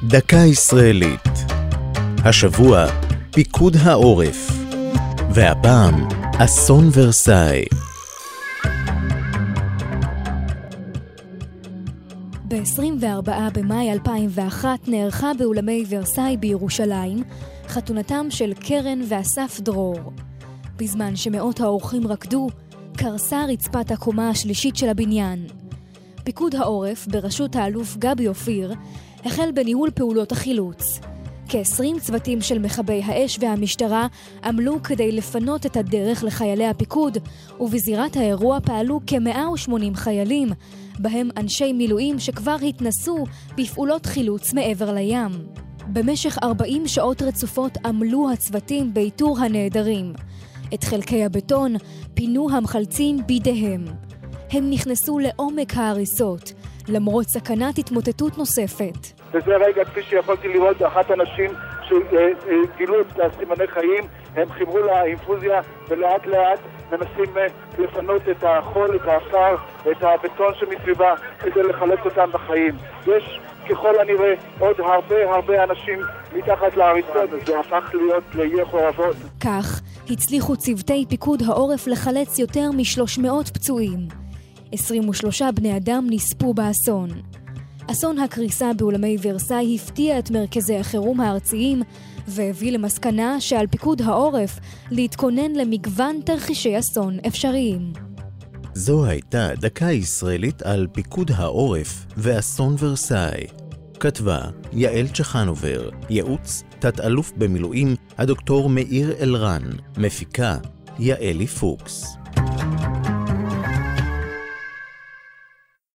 דקה ישראלית. השבוע פיקוד העורף. והפעם אסון ורסאי. ב-24 במאי 2001 נערכה באולמי ורסאי בירושלים חתונתם של קרן ואסף דרור. בזמן שמאות האורחים רקדו, קרסה רצפת הקומה השלישית של הבניין. פיקוד העורף בראשות האלוף גבי אופיר החל בניהול פעולות החילוץ. כ-20 צוותים של מכבי האש והמשטרה עמלו כדי לפנות את הדרך לחיילי הפיקוד, ובזירת האירוע פעלו כ-180 חיילים, בהם אנשי מילואים שכבר התנסו בפעולות חילוץ מעבר לים. במשך 40 שעות רצופות עמלו הצוותים באיתור הנעדרים. את חלקי הבטון פינו המחלצים בידיהם. הם נכנסו לעומק ההריסות, למרות סכנת התמוטטות נוספת. וזה רגע כפי שיכולתי לראות אחת אנשים שגילו את סימני חיים, הם חיברו לאינפוזיה ולאט לאט מנסים לפנות את החול, את האפר, את הבטון שמסביבה כדי לחלץ אותם בחיים. יש ככל הנראה עוד הרבה אנשים מתחת להריסות, וזה הפך להיות לאי חורבות. כך הצליחו צוותי פיקוד העורף לחלץ יותר מ-300 פצועים. 23 בני אדם נספו באסון. אסון הקריסה באולמי ורסאי הפתיע את מרכזי החירום הארציים והביא למסקנה שעל פיקוד העורף להתכונן למגוון תרחישי אסון אפשריים. זו הייתה דקה ישראלית על פיקוד העורף ואסון ורסאי. כתבה יעל צ'חנובר, ייעוץ תת-אלוף במילואים הדוקטור מאיר אלרן, מפיקה יעלי פוקס.